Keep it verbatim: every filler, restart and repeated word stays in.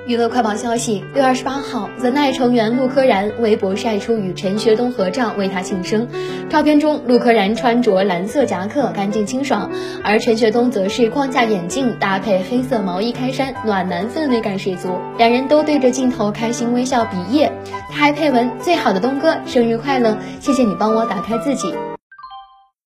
娱乐快报消息，六月二十八号 ，The Night 成员陆柯燃微博晒出与陈学冬合照，为他庆生。照片中，陆柯燃穿着蓝色夹克，干净清爽，而陈学冬则是框架眼镜搭配黑色毛衣开衫，暖男氛围感十足。两人都对着镜头开心微笑比耶，他还配文：“最好的东哥，生日快乐！谢谢你帮我打开自己。”